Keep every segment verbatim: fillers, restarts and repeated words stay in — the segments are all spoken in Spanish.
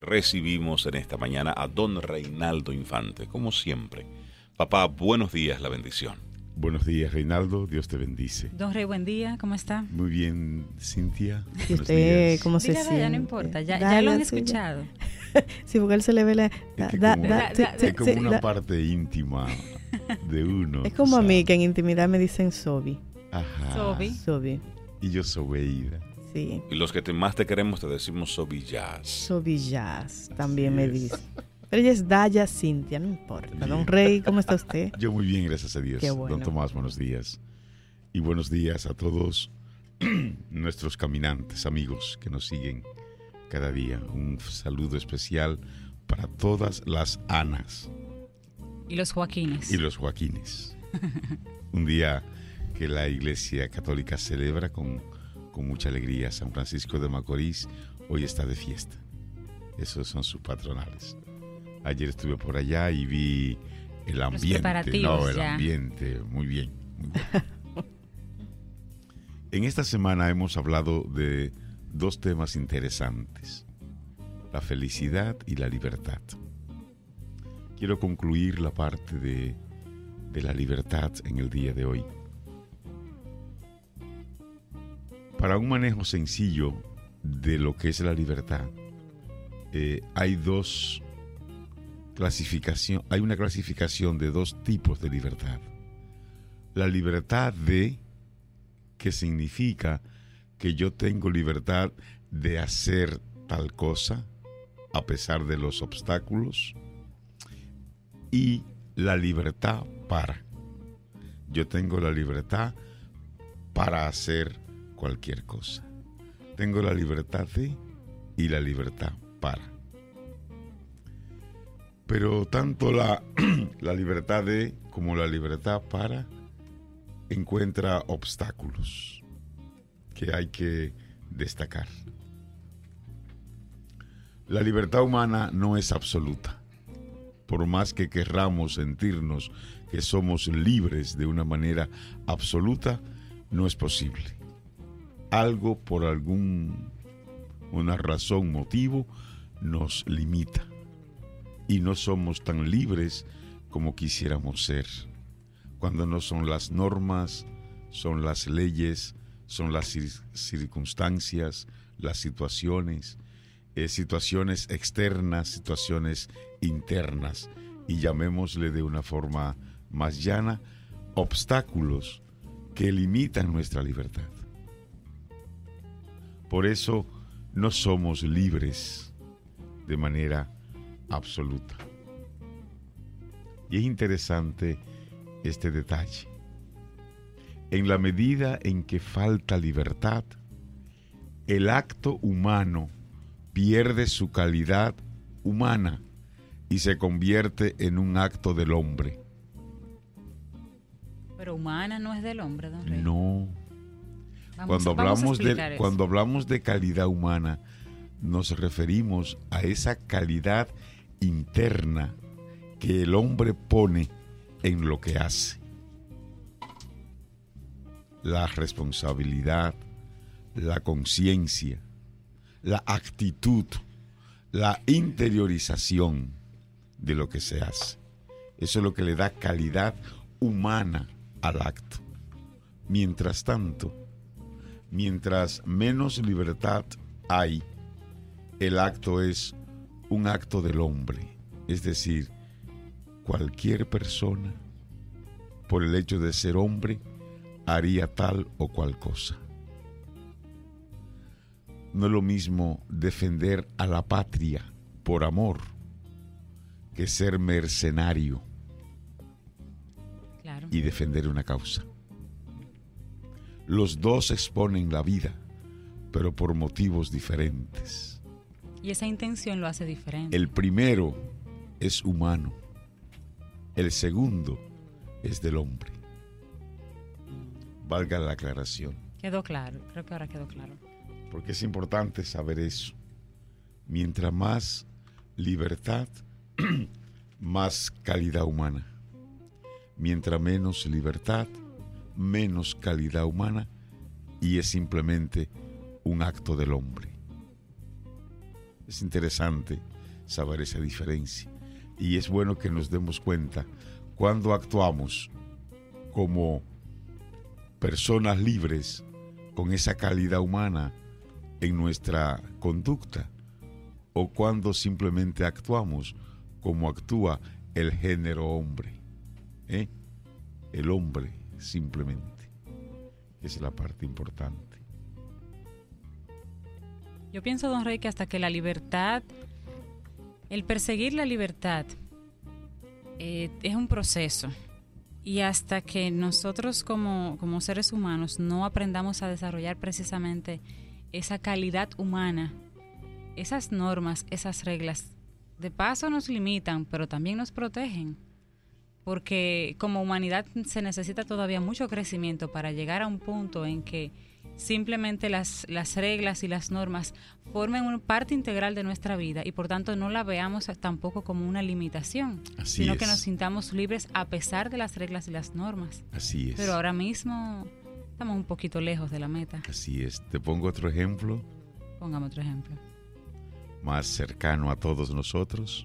recibimos en esta mañana a don Reinaldo Infante, como siempre. Papá, buenos días, la bendición. Buenos días, Reinaldo, Dios te bendice. Don Rey, buen día, ¿cómo está? Muy bien, Cintia. ¿Y usted cómo se Diga, siente? ya no importa, ya, Dale, ya lo han sí, escuchado. Sí, porque él se le ve la... Es que da- como, da- da- sí, da- sí, es como sí, una da- parte íntima de uno. Es como tú a mí, sabes. que en intimidad me dicen Sobi. Ajá. Sobi. Sobi, Y yo Sobeida. sí. Y los que te, más te queremos te decimos Sobillas. Sobi Jazz también me es. dice. Pero ella es Daya Cintia, no importa. Bien. Don Rey, ¿cómo está usted? Yo muy bien, gracias a Dios. Qué bueno. Don Tomás, buenos días. Y buenos días a todos nuestros caminantes, amigos que nos siguen cada día. Un saludo especial para todas las Anas Y los Joaquines. y los Joaquines. Un día que la Iglesia Católica celebra con, con mucha alegría. San Francisco de Macorís hoy está de fiesta. Esos son sus patronales. Ayer estuve por allá y vi el ambiente. preparativos No, el ya. ambiente, muy bien. Muy bien. En esta semana hemos hablado de dos temas interesantes: la felicidad y la libertad. Quiero concluir la parte de, de la libertad en el día de hoy. Para un manejo sencillo de lo que es la libertad, eh, hay dos clasificación, hay una clasificación de dos tipos de libertad. La libertad de, que significa que yo tengo libertad de hacer tal cosa a pesar de los obstáculos, y la libertad para. Yo tengo la libertad para hacer cualquier cosa. Tengo la libertad de y la libertad para. Pero tanto la, la libertad de como la libertad para encuentra obstáculos que hay que destacar. La libertad humana no es absoluta. Por más que querramos sentirnos que somos libres de una manera absoluta, no es posible. Algo por algún una razón, motivo, nos limita y no somos tan libres como quisiéramos ser. Cuando no son las normas, son las leyes, son las cir- circunstancias, las situaciones, eh, situaciones externas, situaciones internas, y llamémosle de una forma más llana, obstáculos que limitan nuestra libertad. Por eso no somos libres de manera absoluta. Y es interesante este detalle. En la medida en que falta libertad, el acto humano pierde su calidad humana y se convierte en un acto del hombre. Pero humana no es del hombre, don Rey. No. Vamos, Cuando vamos a hablamos explicar de eso. cuando hablamos de calidad humana, nos referimos a esa calidad interna que el hombre pone en lo que hace. La responsabilidad, la conciencia, la actitud, la interiorización de lo que se hace. Eso es lo que le da calidad humana al acto. Mientras tanto, mientras menos libertad hay, el acto es un acto del hombre. Es decir, cualquier persona, por el hecho de ser hombre, haría tal o cual cosa. No es lo mismo defender a la patria por amor que ser mercenario Claro. y defender una causa. Los dos exponen la vida, pero por motivos diferentes. Y esa intención lo hace diferente. El primero es humano, el segundo es del hombre. Valga la aclaración, Quedó claro, creo que ahora quedó claro. porque es importante saber eso. Mientras más libertad, más calidad humana. Mientras menos libertad, menos calidad humana, y es simplemente un acto del hombre. Es interesante saber esa diferencia. Y es bueno que nos demos cuenta cuando actuamos como personas libres con esa calidad humana en nuestra conducta o cuando simplemente actuamos como actúa el género hombre, ¿eh? El hombre simplemente. Esa es la parte importante. Yo pienso, don Rey, que hasta que la libertad, el perseguir la libertad eh, es un proceso. Y hasta que nosotros como, como seres humanos no aprendamos a desarrollar precisamente esa calidad humana, esas normas, esas reglas, de paso nos limitan, pero también nos protegen. Porque como humanidad se necesita todavía mucho crecimiento para llegar a un punto en que simplemente las, las reglas y las normas formen una parte integral de nuestra vida y por tanto no la veamos tampoco como una limitación, Así sino es. que nos sintamos libres a pesar de las reglas y las normas. Así es. Pero ahora mismo estamos un poquito lejos de la meta. Así es. Te pongo otro ejemplo Póngame otro ejemplo. más cercano a todos nosotros.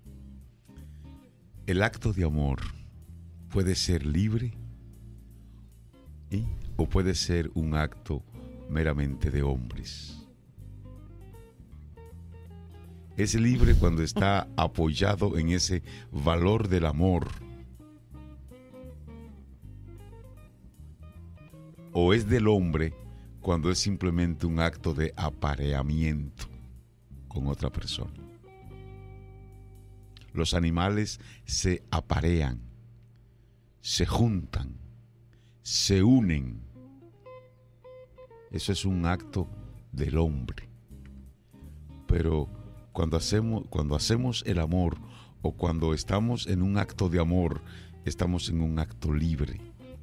El acto de amor puede ser libre, ¿eh? o puede ser un acto meramente de hombres. Es libre cuando está apoyado en ese valor del amor. O es del hombre cuando es simplemente un acto de apareamiento con otra persona. Los animales se aparean, se juntan, se unen. Eso es un acto del hombre. Pero cuando hacemos, cuando hacemos el amor o cuando estamos en un acto de amor, estamos en un acto libre.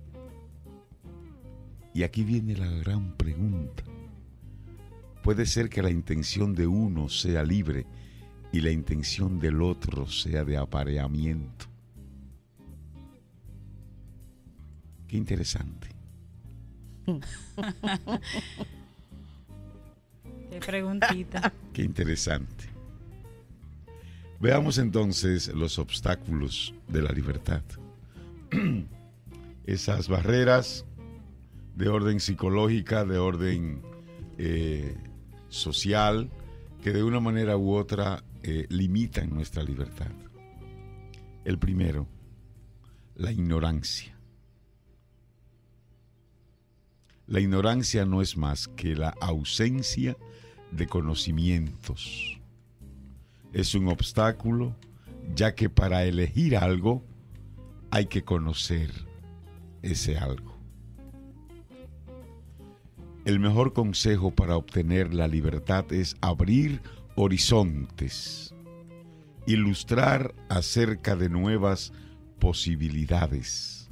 Y aquí viene la gran pregunta. Puede ser que la intención de uno sea libre y la intención del otro sea de apareamiento. Qué interesante. Qué preguntita. Qué interesante. Veamos entonces los obstáculos de la libertad. Esas barreras de orden psicológica, de orden eh, social, que de una manera u otra eh, limitan nuestra libertad. El primero, la ignorancia. La ignorancia no es más que la ausencia de conocimientos. Es un obstáculo, ya que para elegir algo hay que conocer ese algo. El mejor consejo para obtener la libertad es abrir horizontes, ilustrar acerca de nuevas posibilidades.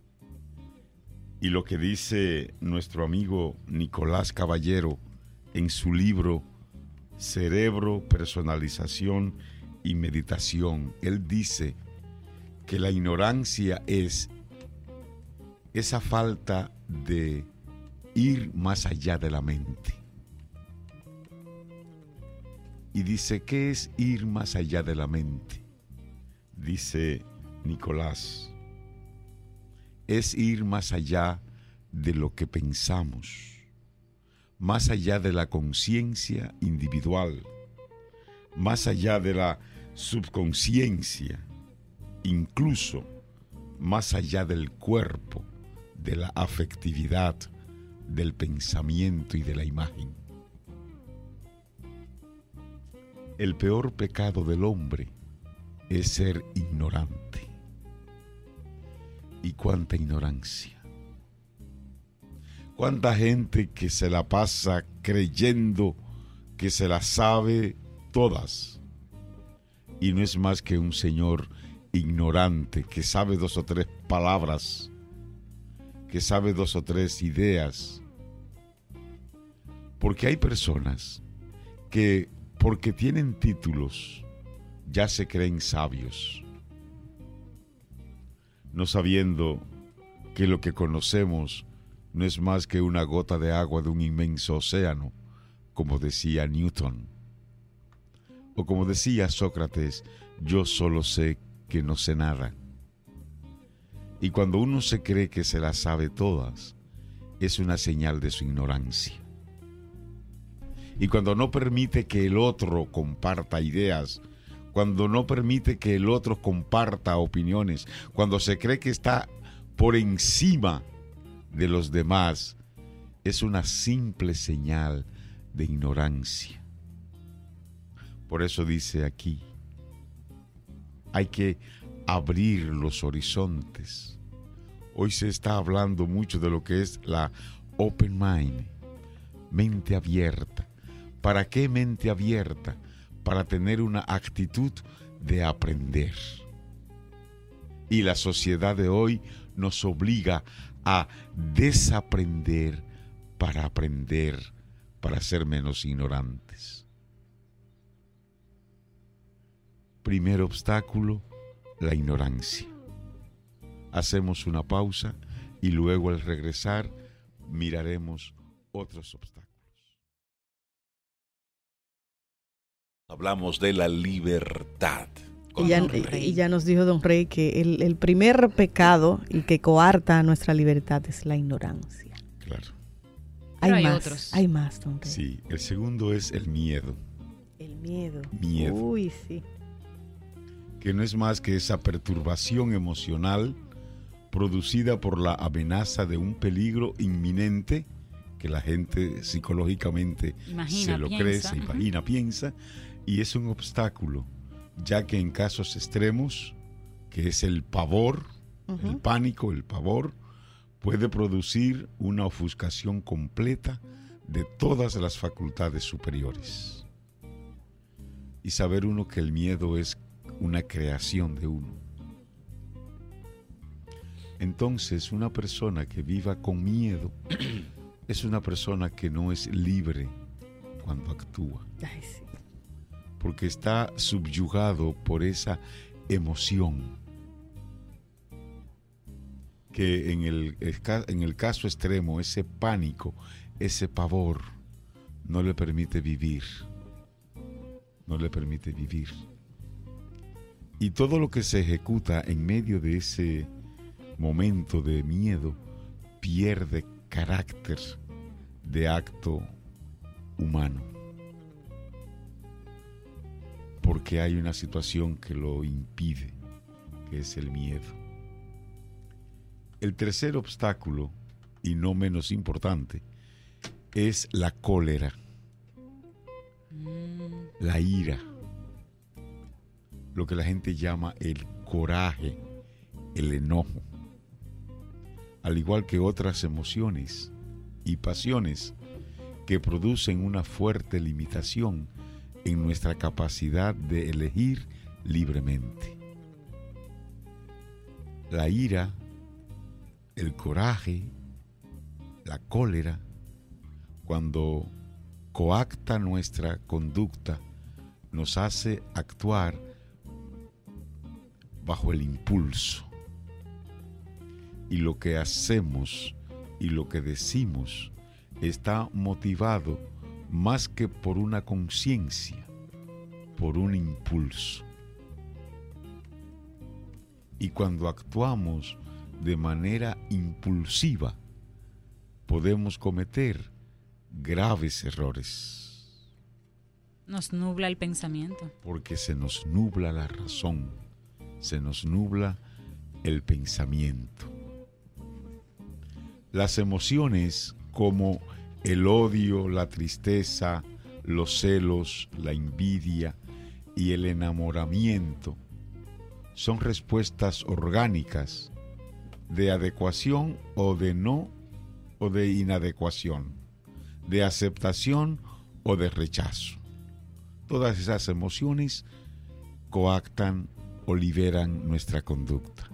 Y lo que dice nuestro amigo Nicolás Caballero en su libro Cerebro, Personalización y Meditación, él dice que la ignorancia es esa falta de ir más allá de la mente. Y dice, ¿qué es ir más allá de la mente? Dice Nicolás, es ir más allá de lo que pensamos, más allá de la conciencia individual, más allá de la subconsciencia, incluso más allá del cuerpo, de la afectividad, del pensamiento y de la imagen. El peor pecado del hombre es ser ignorante. ¿Y cuánta ignorancia? ¿Cuánta gente que se la pasa creyendo que se las sabe todas? Y no es más que un señor ignorante que sabe dos o tres palabras, que sabe dos o tres ideas. Porque hay personas que, porque tienen títulos, ya se creen sabios, no sabiendo que lo que conocemos no es más que una gota de agua de un inmenso océano, como decía Newton. O como decía Sócrates, yo solo sé que no sé nada. Y cuando uno se cree que se las sabe todas, es una señal de su ignorancia. Y cuando no permite que el otro comparta ideas, cuando no permite que el otro comparta opiniones, cuando se cree que está por encima de los demás, es una simple señal de ignorancia. Por eso dice aquí, hay que abrir los horizontes. Hoy se está hablando mucho de lo que es la open mind, mente abierta. ¿Para qué mente abierta? Para tener una actitud de aprender. Y la sociedad de hoy nos obliga a desaprender para aprender, para ser menos ignorantes. Primer obstáculo, la ignorancia. Hacemos una pausa y luego al regresar miraremos otros obstáculos. Hablamos de la libertad. Y ya, y ya nos dijo don Rey que el, el primer pecado y que coarta nuestra libertad es la ignorancia. Claro. Pero Hay, hay más, otros. hay más, don Rey. Sí, el segundo es el miedo. El miedo. Miedo. Uy, sí. Que no es más que esa perturbación emocional producida por la amenaza de un peligro inminente que la gente psicológicamente Imagina, se lo piensa. cree, se imagina, piensa, y es un obstáculo, ya que en casos extremos, que es el pavor, Uh-huh. el pánico, el pavor, puede producir una ofuscación completa de todas las facultades superiores. Y saber uno que el miedo es una creación de uno. Entonces, una persona que viva con miedo es una persona que no es libre cuando actúa, Ay, sí. porque está subyugado por esa emoción que en el, en el caso extremo, ese pánico, ese pavor, no le permite vivir, no le permite vivir. Y todo lo que se ejecuta en medio de ese momento de miedo pierde carácter de acto humano, porque hay una situación que lo impide, que es el miedo. El tercer obstáculo, y no menos importante, es la cólera, Mm, la ira, lo que la gente llama el coraje, el enojo, al igual que otras emociones y pasiones que producen una fuerte limitación en nuestra capacidad de elegir libremente. La ira, el coraje, la cólera, cuando coacta nuestra conducta, nos hace actuar bajo el impulso. Y lo que hacemos y lo que decimos está motivado más que por una conciencia, por un impulso. Y cuando actuamos de manera impulsiva, podemos cometer graves errores, nos nubla el pensamiento. porque se nos nubla la razón, se nos nubla el pensamiento. Las emociones como el odio, la tristeza, los celos, la envidia y el enamoramiento son respuestas orgánicas de adecuación o de no o de inadecuación, de aceptación o de rechazo. Todas esas emociones coactan o liberan nuestra conducta.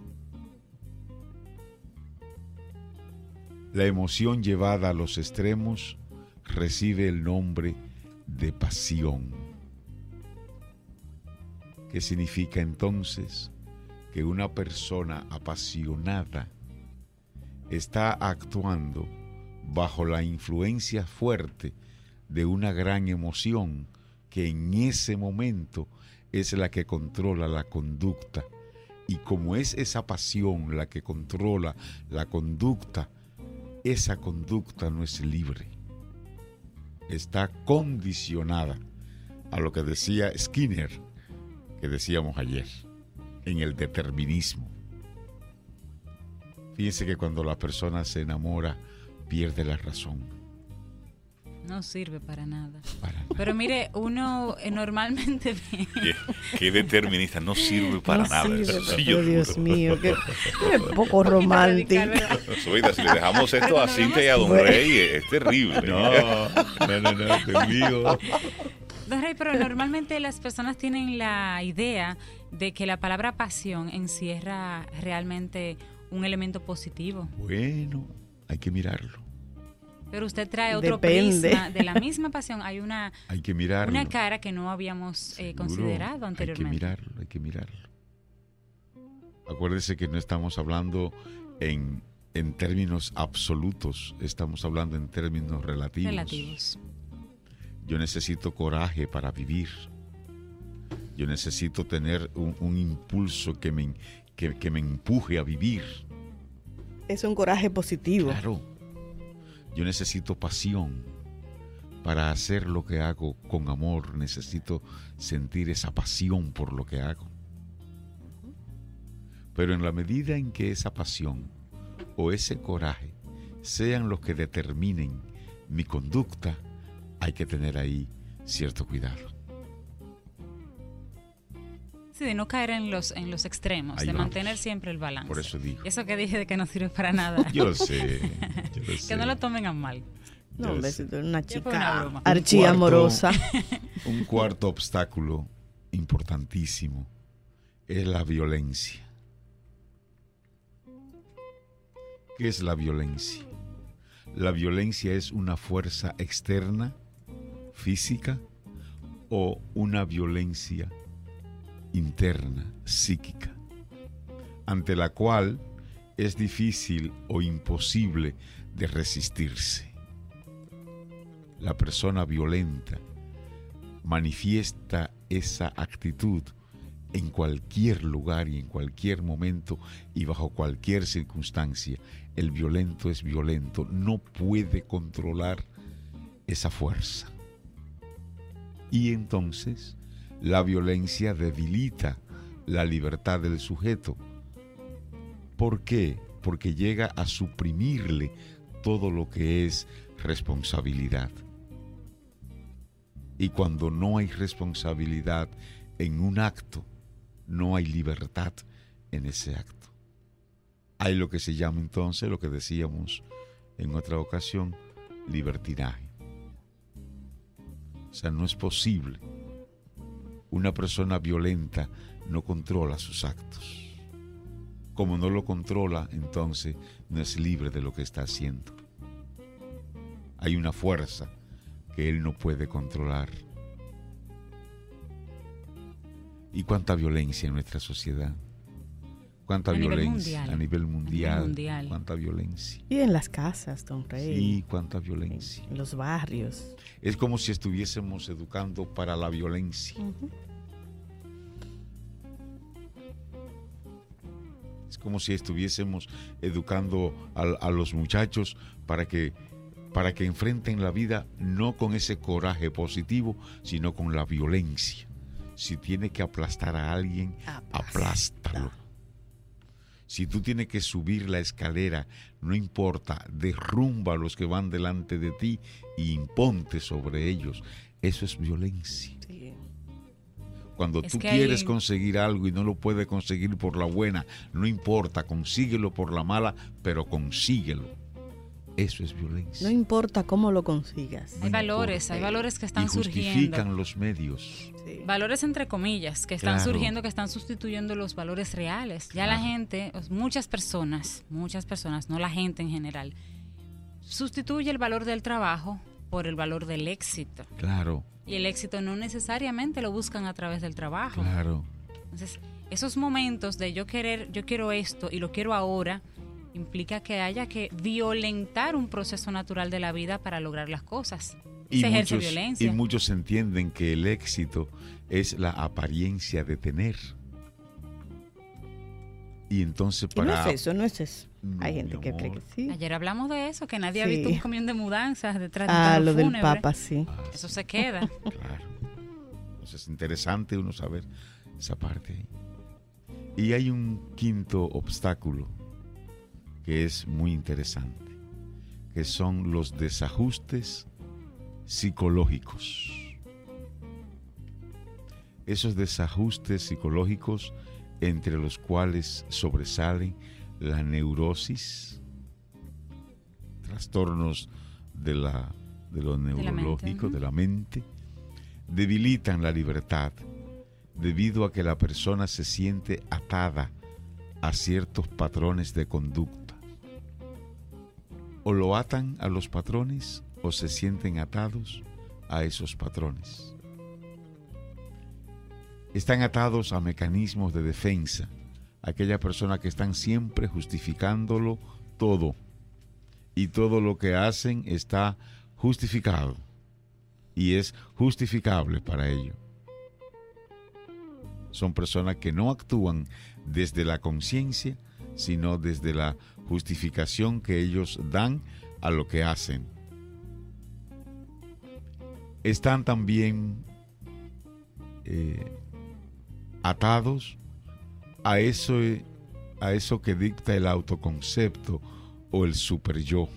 La emoción llevada a los extremos recibe el nombre de pasión, que significa entonces que una persona apasionada está actuando bajo la influencia fuerte de una gran emoción que en ese momento es la que controla la conducta. Y como es esa pasión la que controla la conducta, esa conducta no es libre. Está condicionada a lo que decía Skinner, que decíamos ayer, en el determinismo. Fíjense que cuando la persona se enamora, pierde la razón. No sirve para nada. Para nada. Pero mire, uno eh, normalmente... ¿Qué, qué determinista? No sirve para No nada. sirve, Sí, pero, yo Dios juro. mío, que es poco romántico. Zoila, si le dejamos esto a Cintia y a Don Rey, es terrible. No, no, no, no, te digo. Don Rey, pero normalmente las personas tienen la idea de que la palabra pasión encierra realmente un elemento positivo. Bueno, hay que mirarlo. Pero usted trae otro Depende. prisma de la misma pasión. Hay una, Hay que mirarlo. una cara que no habíamos eh, Seguro, considerado anteriormente. Hay que mirarlo, hay que mirarlo. Acuérdese que no estamos hablando en, en términos absolutos, estamos hablando en términos relativos. Relativos. Yo necesito coraje para vivir. Yo necesito tener un, un impulso que me, que, que me empuje a vivir. Es un coraje positivo. Claro. Yo necesito pasión para hacer lo que hago con amor. Necesito sentir esa pasión por lo que hago. Pero en la medida en que esa pasión o ese coraje sean los que determinen mi conducta, hay que tener ahí cierto cuidado. Sí, de no caer en los en los extremos, Ahí de vamos. mantener siempre el balance. Por eso digo. Eso que dije de que no sirve para nada. Yo lo sé, yo lo sé. Que no lo tomen a mal. No, Yo hombre, sé. si tú eres una Ya fue una chica broma. archiamorosa. Un cuarto obstáculo importantísimo es la violencia. ¿Qué es la violencia? La violencia es una fuerza externa, física, o una violencia interna, psíquica, ante la cual es difícil o imposible de resistirse. La persona violenta manifiesta esa actitud en cualquier lugar y en cualquier momento y bajo cualquier circunstancia. El violento es violento, no puede controlar esa fuerza. Y entonces la violencia debilita la libertad del sujeto. ¿Por qué? Porque llega a suprimirle todo lo que es responsabilidad. Y cuando no hay responsabilidad en un acto, no hay libertad en ese acto. Hay lo que se llama entonces, lo que decíamos en otra ocasión, libertinaje. O sea, no es posible. Una persona violenta no controla sus actos. Como no lo controla, entonces no es libre de lo que está haciendo. Hay una fuerza que él no puede controlar. ¿Y cuánta violencia en nuestra sociedad? ¿Cuánta A nivel violencia mundial. a nivel A nivel mundial? mundial. ¿Cuánta violencia? Y en las casas, don Rey. Sí, cuánta violencia. En los barrios. Es como si estuviésemos educando para la violencia. Ujú. Es como si estuviésemos educando a, a los muchachos para que, para que enfrenten la vida no con ese coraje positivo, sino con la violencia. Si tiene que aplastar a alguien, aplástalo. Si tú tienes que subir la escalera, no importa, derrumba a los que van delante de ti y imponte sobre ellos. Eso es violencia. Sí. Cuando Es tú que quieres hay- conseguir algo y no lo puedes conseguir por la buena, no importa, consíguelo por la mala, pero consíguelo. Eso es violencia. No importa cómo lo consigas. Hay valores, importa. hay valores que están y justifican surgiendo. los medios. Sí. Valores entre comillas, que están Claro. surgiendo, que están sustituyendo los valores reales. Ya la Claro. gente, muchas personas, muchas personas, no la gente en general, sustituye el valor del trabajo por el valor del éxito. Claro, Y el éxito no necesariamente lo buscan a través del trabajo. claro. Entonces, esos momentos de yo querer, yo quiero esto y lo quiero ahora, implica que haya que violentar un proceso natural de la vida para lograr las cosas. y se ejerce muchos, violencia. Y muchos entienden que el éxito es la apariencia de tener. Y entonces para... Y no es eso, no es eso. No, Hay gente que cree que sí. Ayer hablamos de eso, que nadie Sí. ha visto un camión de mudanzas detrás de Ah, un lo del fúnebre. Papa, sí. Ah, Eso sí, se queda. claro. Entonces es interesante uno saber esa parte ahí. Y hay un quinto obstáculo que es muy interesante, que son los desajustes psicológicos. Esos desajustes psicológicos entre los cuales sobresalen la neurosis, trastornos de, la, de lo neurológico, de la mente, debilitan la libertad debido a que la persona se siente atada a ciertos patrones de conducta. O lo atan a los patrones o se sienten atados a esos patrones. Están atados a mecanismos de defensa, aquella persona que están siempre justificándolo todo y todo lo que hacen está justificado y es justificable para ello. Son personas que no actúan desde la conciencia, sino desde la justificación que ellos dan a lo que hacen. Están también eh, atados a eso, a eso que dicta el autoconcepto o el superyo.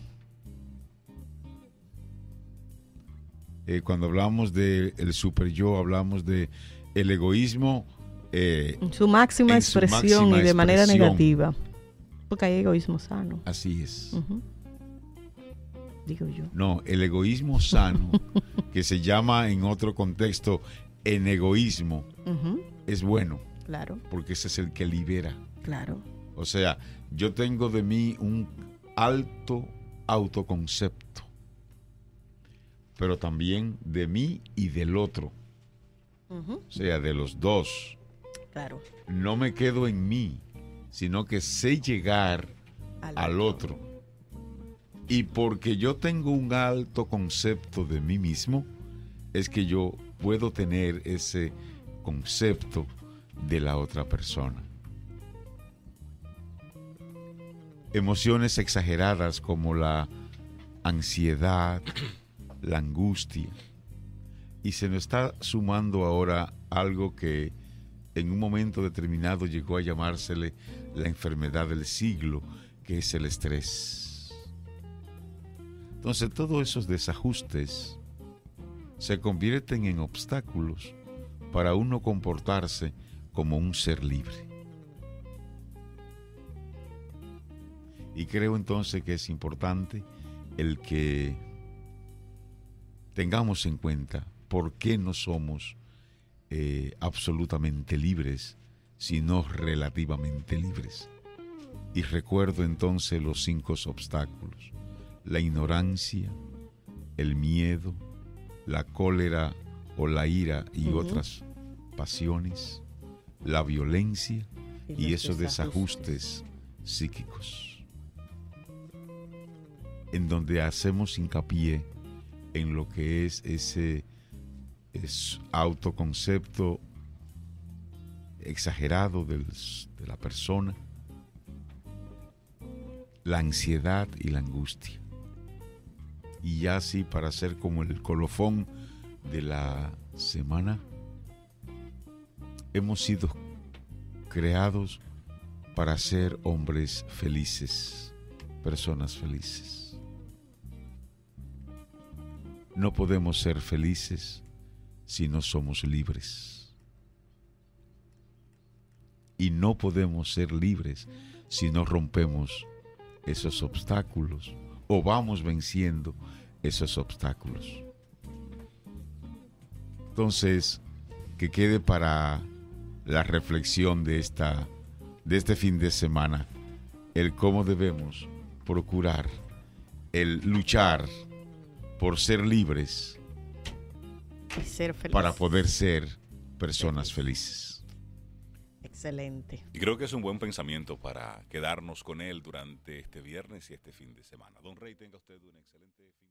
Eh, cuando hablamos del superyo, hablamos de el egoísmo eh, en su máxima en expresión su máxima y de manera expresión. negativa. Porque hay egoísmo sano. Así es. Uh-huh. Digo yo. No, el egoísmo sano, que se llama en otro contexto enegoísmo, Uh-huh. es bueno, Claro, porque ese es el que libera. claro. O sea, yo tengo de mí un alto autoconcepto, pero también de mí y del otro, Uh-huh. o sea, de los dos. Claro. No me quedo en mí, sino que sé llegar Al al otro. Y porque yo tengo un alto concepto de mí mismo, es que yo puedo tener ese concepto de la otra persona. Emociones exageradas como la ansiedad, la angustia. Y se nos está sumando ahora algo que en un momento determinado llegó a llamársele la enfermedad del siglo, que es el estrés. Entonces todos esos desajustes se convierten en obstáculos para uno comportarse como un ser libre. Y creo entonces que es importante el que tengamos en cuenta por qué no somos eh, absolutamente libres, sino relativamente libres. Y recuerdo entonces los cinco obstáculos: la ignorancia, el miedo, la cólera o la ira y uh-huh. otras pasiones, la violencia y, y esos desajustes psíquicos, en donde hacemos hincapié en lo que es ese es autoconcepto exagerado del, de la persona, la ansiedad y la angustia. Y ya así, para hacer como el colofón de la semana, hemos sido creados para ser hombres felices, personas felices. No podemos ser felices si no somos libres. Y no podemos ser libres si no rompemos esos obstáculos o vamos venciendo esos obstáculos. Entonces, que quede para la reflexión de esta de este fin de semana el cómo debemos procurar el luchar por ser libres y ser feliz, para poder ser personas felices. Excelente. Y creo que es un buen pensamiento para quedarnos con él durante este viernes y este fin de semana. Don Rey, tenga usted un excelente fin.